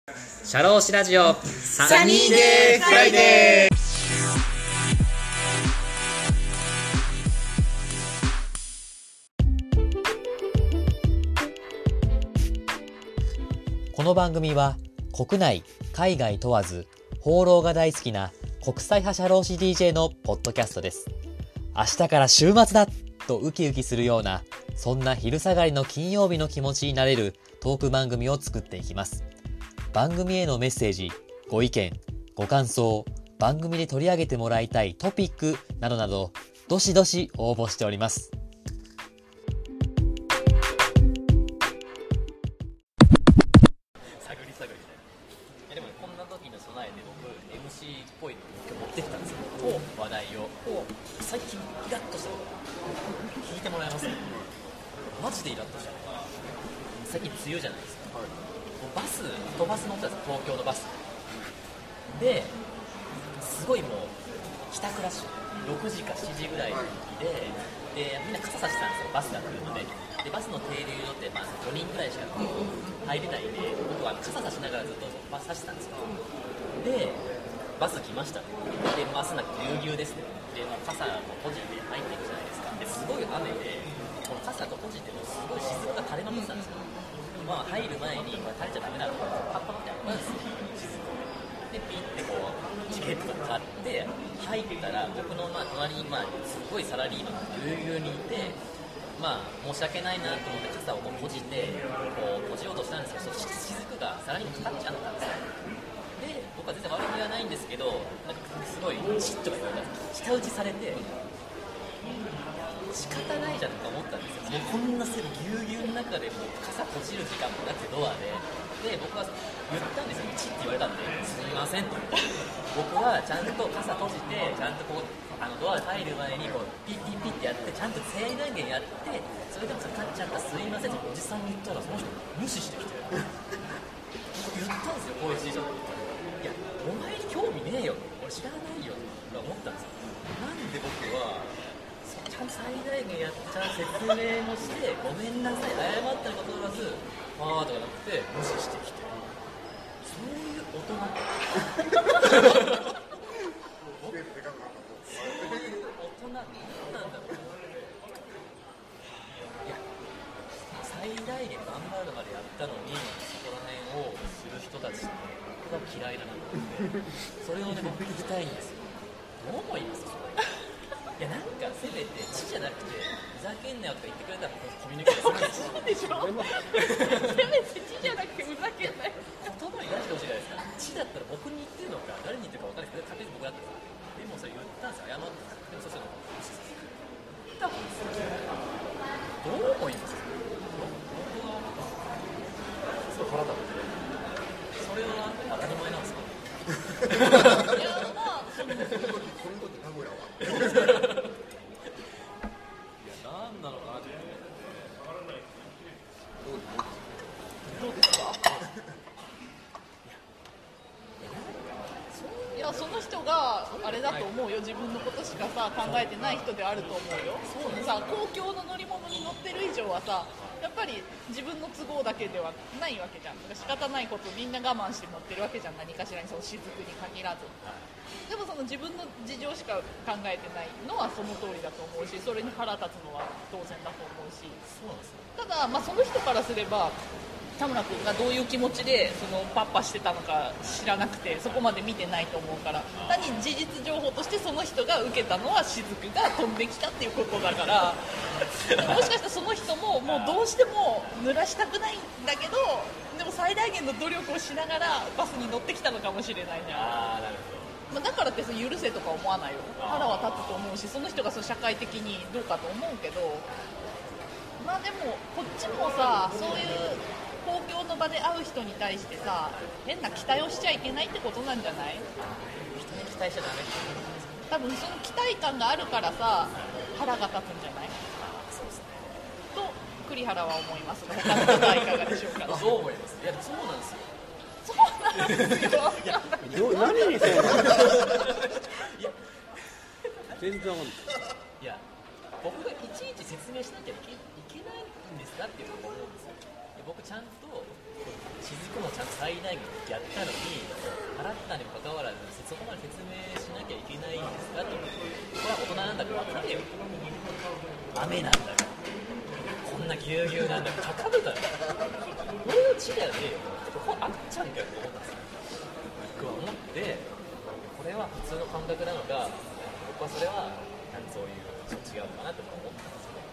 シャローシラジオサニーデーフライデー。 この番組は国内海外問わず放浪が大好きな国際派社労士 DJ のポッドキャストです。明日から週末だとウキウキするような、そんな昼下がりの金曜日の気持ちになれるトーク番組を作っていきます。番組へのメッセージ、ご意見、ご感想、番組で取り上げてもらいたいトピックなどなど、どしどし応募しております。 探り探りで。でもこんな時の備えで僕 MC っぽいのを今日持ってきたんですよ。話題を。最近イラッとしたこと聞いてもらえますか？マジでイラッとしたのが、最近梅雨じゃないですか。バス飛ばす乗ったんですよ、東京のバスですごいもう帰宅ラッシュ6時か7時ぐらいの時でみんな傘差してたんですよ、バスが来るので。バスの停留所って5人ぐらいしか入れないんで、僕は傘差しながらずっとバス差してたんですよ。でバス来ましたで、バスなんかぎゅうぎゅうですね。でもう傘も閉じて入っていくじゃないですか。ですごい雨で、この傘と閉じてもすごい雫が垂れまくってたんですよ。入る前にこれ垂れちゃダメだとパッパってやったんですよ、雫でピッてこうチケット買って入ったら、僕の隣にすごいサラリーマンがぎゅうぎゅうにいて、申し訳ないなと思って傘を閉じてこう閉じようとしたんですけど、その雫がサラリーマンかかっちゃったんですよ。で僕は全然悪気はないんですけど、なんかすごいチッとか言われた、舌打ちされて仕方ないじゃんとか思ったんですよ。もうこんなぎゅうぎゅうの中でもう傘閉じる時間もなくてドアで僕は言ったんですよ。チッて言われたんで、すみませんと。僕はちゃんと傘閉じて、ちゃんとこうドア入る前にこうピッピッピッってやって、ちゃんと最大限やって、それでもかかっちゃった、すいませんっておじさんに言ったら、その人無視してきて言ったんですよ、こういうじいちゃん。いやお前に興味ねえよ、俺知らないよと思ったんですよ。なんで僕はちゃんと最大限やってちゃんと説明もしてごめんなさい、謝ったにもかかわらずあーとかなくて無視してきて、そういう大人そういう大人何なんだろう。いや最大限頑張るまでやったのに、そこら辺をする人たちって僕が嫌いだなと思って、それをね僕聞きたいんですよ。どう思いますか？いやなんかせめて知じゃなくてふざけんなよとか言ってくれたらコミュニケーションでしょせめて知じゃなくてふざけんなよ。 言葉に出してほしいじゃないですか。知だったら僕に言ってるのか誰に言ってるか分からないけど、勝手に僕だったんですよ。でもそれ言ったんですよ、謝ってでもそうするの言ったんですよ。どう思いますか？僕はすごい腹立って、それは当たり前なんですか？ いやそのいや何なのかなって。どうですか？ いやその人があれだと思うよ、自分のことしかさ考えてない人であると思うよ。そうさ、公共の乗り物に乗ってる以上はさ、やっぱり自分の都合だけではないわけじゃん。だから仕方ないことをみんな我慢して乗ってるわけじゃん、何かしらにその雫に限らず。でもその自分の事情しか考えてないのはその通りだと思うし、それに腹立つのは当然だと思うし、 そうなんですよ。 ただ、その人からすれば田村君がどういう気持ちでそのパッパしてたのか知らなくて、そこまで見てないと思うから、単に事実情報としてその人が受けたのは雫が飛んできたっていうことだから、もしかしたらその人ももうどうしても濡らしたくないんだけど、でも最大限の努力をしながらバスに乗ってきたのかもしれないじゃん。 なるほど。 だからって許せとか思わないよ。腹は立つと思うし、その人が社会的にどうかと思うけど、でもこっちもさ、そういう公共の場で会う人に対してさ、変な期待をしちゃいけないってことなんじゃない？ 人に期待しちゃダメ。 多分その期待感があるからさ、腹が立つんじゃない？ そうですね。 と栗原は思いますが、他の方はいかがでしょうか？ どう思います？いやそうなんですよ。 そうなんですよ。 何にそうなの？全然わかんない。 いや僕がいちいち説明しなきゃいけないんですかっていうのを思うんですよ。 僕ちゃんと雫もちゃんと最大限やったのに払ったにもかかわらずそこまで説明しなきゃいけないんですかと。これは大人なんだから分かれよ。雨なんだからこんなぎゅうぎゅうなんだからかかるだろ。俺の血だよねえよ。ここ赤ちゃんかよと思ったんですよ。僕は思ってこれは普通の感覚なのか僕はそれはそういう違うのかなと思ったんですよ。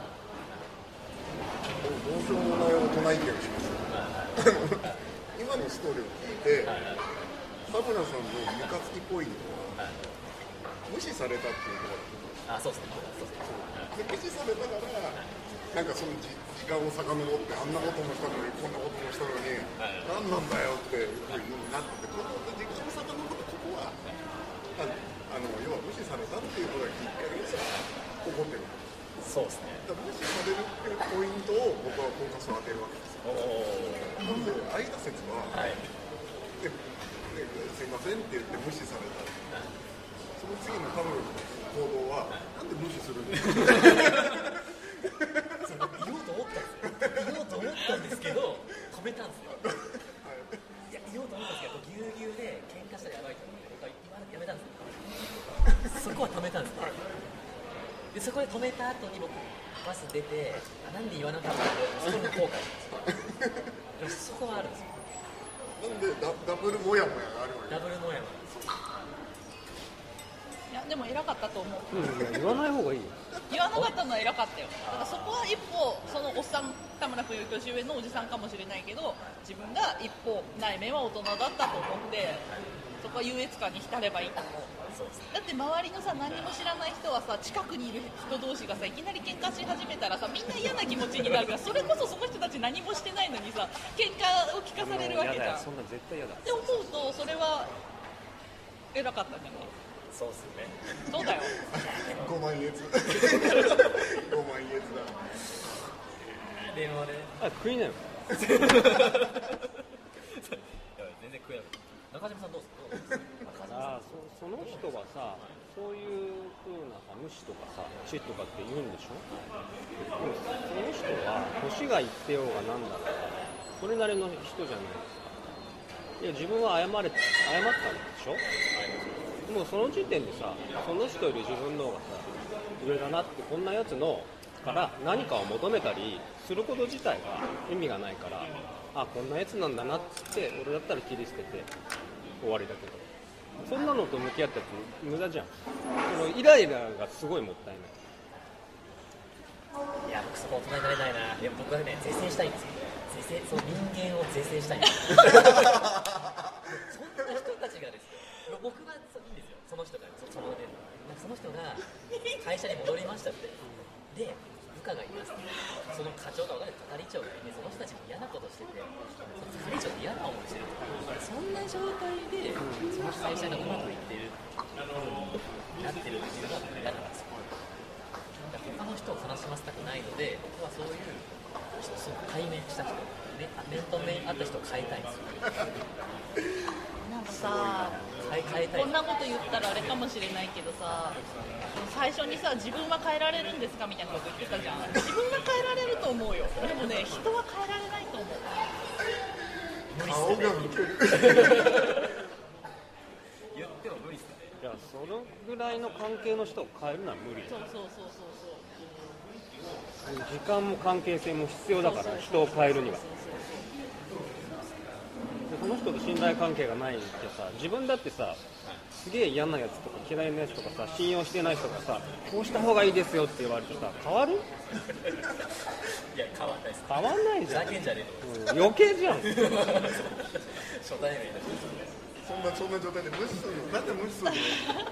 どうしようもない大人意見をします今のストーリーを聞いて田村さんのムカつきポイントは無視されたっていうところだと思う。 そうですね。 無視されたからなんかその時間を遡ってあんなこともしたのにこんなこともしたのに何なんだよっていうふうになっててこの時間を遡ってここは要は無視されたっていうことがきっかけで起こってる。 そうですね。 無視されるっていうポイントを僕はフォーカスを当てるわけですよ。なので相田説は、すいませんって言って無視された、その次の多分行動はなんで無視するんですか言おうと思ったんですけど止めたんですよ。いや言おうと思ったんですけどぎゅうぎゅうで喧嘩したらやばいと思って僕はやめたんですよ。そこは止めたんですよ。でそこで止めた後に僕バス出てなんで言わなかったのそこの後悔なんですよ。でもそこはあるんですよ。 なんでダブルモヤモヤがあるわけ。 ダブルモヤモヤ。 いやでも偉かったと思う。 言わない方がいいよ。 言わなかったのは偉かったよ。だからそこは一歩そのおっさん田村君より年上のおじさんかもしれないけど自分が一歩内面は大人だったと思ってそこは優越感に浸ればいいと思う。だって周りのさ何も知らない人はさ近くにいる人同士がさいきなり喧嘩し始めたらさみんな嫌な気持ちになるからそれこそその人たち何もしてないのにさ喧嘩を聞かされるわけじゃん。 そんな絶対嫌だ。 って思うとそれは偉かったんじゃない。 そうっすよね。 そうだよ。 5万円ず5万円ずだ。 でもね食いなよ。 全然食えない。中島さんどうですか。 その人がさそういう風なさ無視とかさチとかって言うんでしょ。でもその人は年が言ってようがなんだろうそれなりの人じゃないですか。いや自分は謝ったんでしょ。もうその時点でさその人より自分の方がさ上だなってこんなやつのから何かを求めたりすること自体が意味がないからこんなやつなんだなって俺だったら切り捨てて終わりだけどそんなのと向き合ったって無駄じゃん。そのイライラがすごいもったいない。 いや僕そこ大人になれないな。いや僕はね是正したいんですよ。その人間を是正したいんですよ。そんな人たちがですよ。僕はいいんですよ。その人がその人が会社に戻りましたってで部下がいますってその課長が分かる係長がいてその人たちに嫌なことしててその係長に嫌な思いしてるそんな状態でその会社がうまくいってるなってるっていうのは嫌なんですよ。だから他の人を悲しませたくないので僕はそういう対面した人面と面会った人を変えたいんですよ。 なんかさ変えたい。 こんなこと言ったらあれかもしれないけどさ最初にさ自分は変えられるんですかみたいなこと言ってたじゃん。自分は変えられると思うよ。でもね人は変えられないと思う。 顔が向ける言っても無理っすね。 いやそのぐらいの関係の人を変えるのは無理だ。 そう時間も関係性も必要だから人を変えるにはその人と信頼関係がないってさ自分だってさすげえ嫌なやつとか嫌いなやつとかさ信用してない人がさこうした方がいいですよって言われてさ変わる？ いや変わんないです。 変わんないじゃん。 だけじゃねえ余計じゃん。 初対面だしそんな状態で無視するのなんで無視するのどう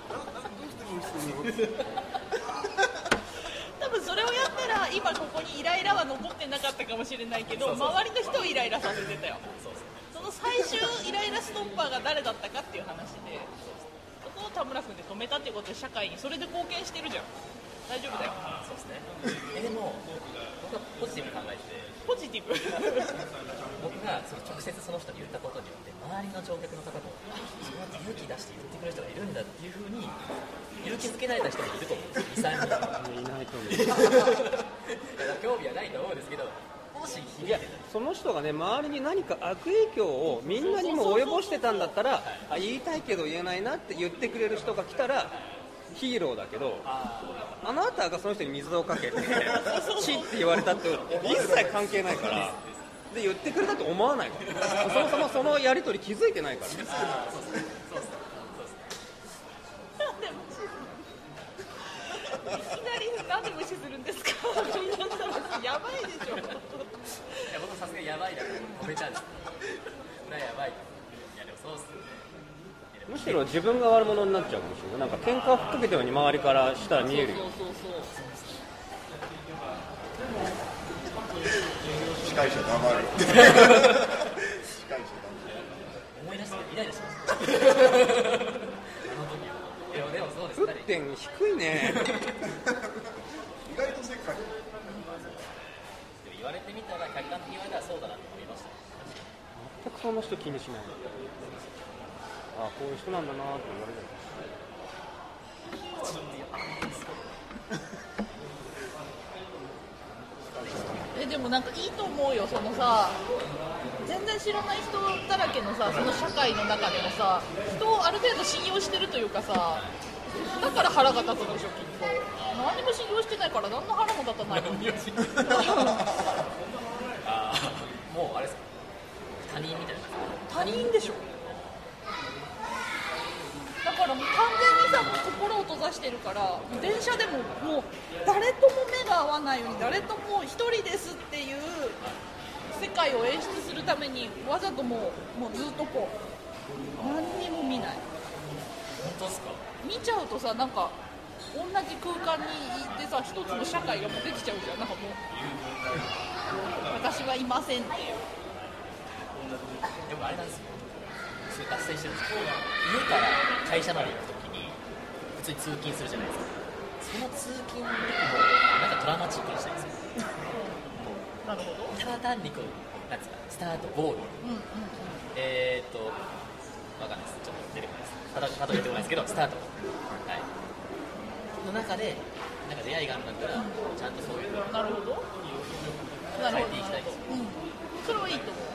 して無視するの多分それをやったら今ここにイライラは残ってなかったかもしれないけど周りの人をイライラさせてたよ。その最終イライラストッパーが誰だったかっていう話でそこを田村君で止めたってことで社会にそれで貢献してるじゃん。大丈夫だよ。 そうですね。でも僕はポジティブに考えてポジティブ僕がその直接その人に言ったことによって周りの乗客の方もそうやって勇気出して言ってくれる人がいるんだっていう風に勇気づけられた人もいると思うんですよ。2、3人いないと思う。 興味はないと思うんですけど少し響いいやてる。 その人がね周りに何か悪影響をみんなにも及ぼしてたんだったらあ言いたいけど言えないなって言ってくれる人が来たらヒーローだけどあなたがその人に水をかけてチって言われたって一切関係ないからで言ってくれたと思わないからそもそもそのやり取り気づいてないからいきなりなんで無視するんですかやばいでしょ。 いや僕さすがにやばいだと褒めちゃうんです。これはやばい。いやでもそうっす。 むしろ自分が悪者になっちゃうかもしれないなんか喧嘩をふっかけてるように周りからしたら見えるよ司会者黙る司会者黙る思い出してイライラしました。あの時は。でもそうです。 沸点低いね意外と世界言われてみたら客観的に言われたらそうだなと思いました。 全くそんな人気にしないあこういう人なんだなって言われるでもなんかいいと思うよ。そのさ全然知らない人だらけのさその社会の中でもさ人をある程度信用してるというかさだから腹が立つでしょきっと。何にも信用してないから何の腹も立たないのにあもうあれですか他人みたいな。 他人でしょ。だからもう完全にさもう心を閉ざしてるから電車でももう誰とも目が合わないように誰とも一人ですっていう世界を演出するためにわざともうずっとこう何にも見ない。 本当ですか。 見ちゃうとさなんか同じ空間にいてさ一つの社会がもうできちゃうじゃん。なんかもう私はいませんっていう。 でもあれなんですよ。それ達成してるんですけど家から会社まで行くときに普通に通勤するじゃないですか。その通勤の時もなんかドラマチックにしたいんですよ。 なるほど。 ただ単にこうなんですかスタートゴールわかんないです。ちょっと出てこないです。ただ出てこないですけどスタートはいの中でなんか出会いがあるんだったらちゃんとそういうなるほど。なるほど。 変えていきたいです。 それはいいと思う。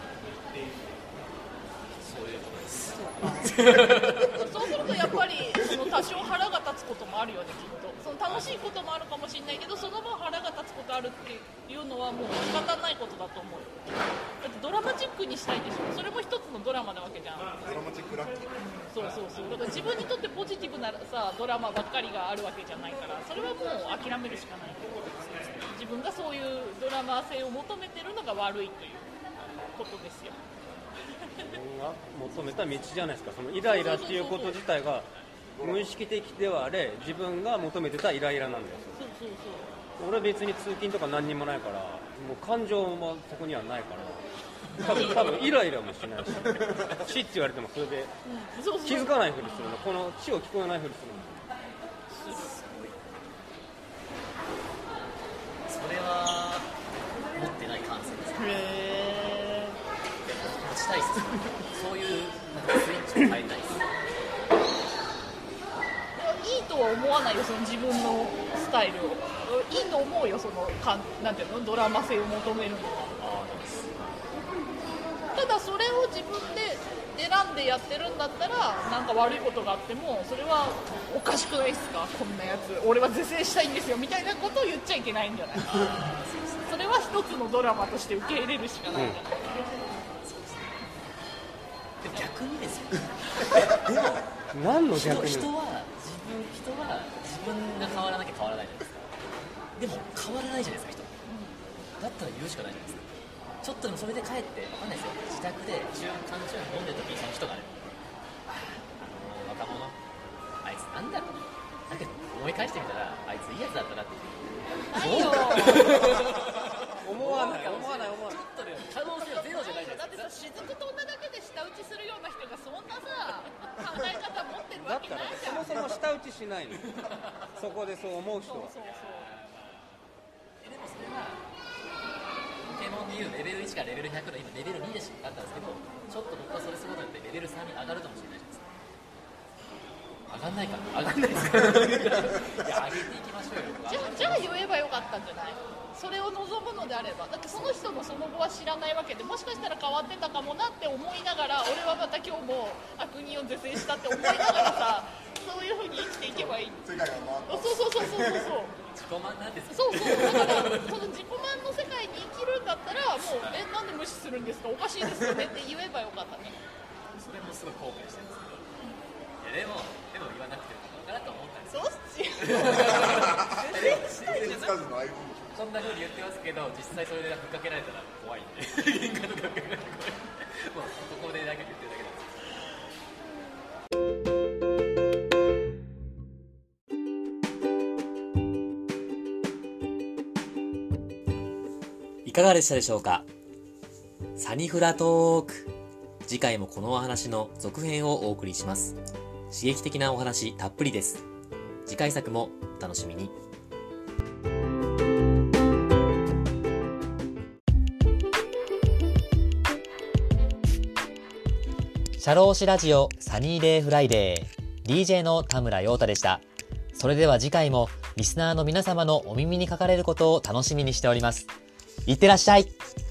そういうことです。 そうするとやっぱりその多少腹が立つこともあるよねきっと。その楽しいこともあるかもしれないけどその分腹が立つことあるっていうのはもう仕方ないことだと思うよ。だってドラマチックにしたいでしょ。それも一つのドラマなわけじゃん。 ドラマチックラッキーそうそうそう。だから自分にとってポジティブなさドラマばっかりがあるわけじゃないからそれはもう諦めるしかない。自分がそういうドラマ性を求めてるのが悪いということですよ。 自分が求めた道じゃないですかそのイライラっていうこと自体が無意識的ではあれ自分が求めてたイライラなんだよそうそうそう。 俺は別に通勤とか何にもないからもう感情もそこにはないから多分イライラもしないし死って言われてもそれでそうそう気づかないふりするのこの死を聞こえないふりするのそれは持ってない感性ですね。持ちたいっす。そういうなんかスイッチを変えたいっす。 いいとは思わないよその自分のスタイルを。いいと思うよそのなんていうのドラマ性を求めるのは。ただそれを自分で選んでやってるんだったらなんか悪いことがあってもそれはおかしくないっすかこんなやつ俺は是正したいんですよみたいなことを言っちゃいけないんじゃない。それは一つのドラマとして受け入れるしかないんじゃない。 でも逆にですよ。 何の逆に人は自分が変わらなきゃ変わらないじゃないですか。でも変わらないじゃないですか人。だったら言うしかないじゃないですか。ちょっとでもそれで帰ってわかんないですよ。自宅で缶チューハイ飲んでる時にその人がね、若者あいつなんだろう。だけど思い返してみたらあいついいやつだったなって。 ないよ。 思わない。 ちょっとね可能性はゼロじゃないじゃだないですか。 ってさ雫と女だけで舌打ちするような人がそんなさ考え方持ってるわだったらけないじゃん。 そもそも舌打ちしないのそこでそう思う人はそうそうそう。 でもそれはポケモンでいうレベル1からレベル100の今レベル2でしかあったんですけどちょっと僕はそれすることによってレベル3に上がるかもしれないじゃないですか。 上がんないかな、上がんないですかいや、上げていきましょうよ。 じゃあ言えばよかったんじゃない。それを望むのであれば。だってその人のその後は知らないわけで、もしかしたら変わってたかもなって思いながら、俺はまた今日も悪人を是正したって思いながらさ、そういう風に生きていけばいい。 世界が回った。 そう自己満なんですよ。 そうだからその自己満の世界に生きるんだったら、もうなんで無視するんですか、おかしいですよねって言えばよかったね。 それもすごい後悔してるんですけど、いやでも言わなくてもいいのかなと思ったんですよ。 そうっすよ全然したいじゃなくて。 そんな風に言ってますけど、実際それでふっかけられたら怖いんで喧嘩とかふっかけられたら怖い。もうここでだけ言ってるだけなんです。 いかがでしたでしょうか。サニフラトーク。次回もこのお話の続編をお送りします。刺激的なお話たっぷりです。次回作もお楽しみに。シャローシラジオサニーデイフライデー DJ の田村陽太でした。それでは次回もリスナーの皆様のお耳にかかれることを楽しみにしております。いってらっしゃい。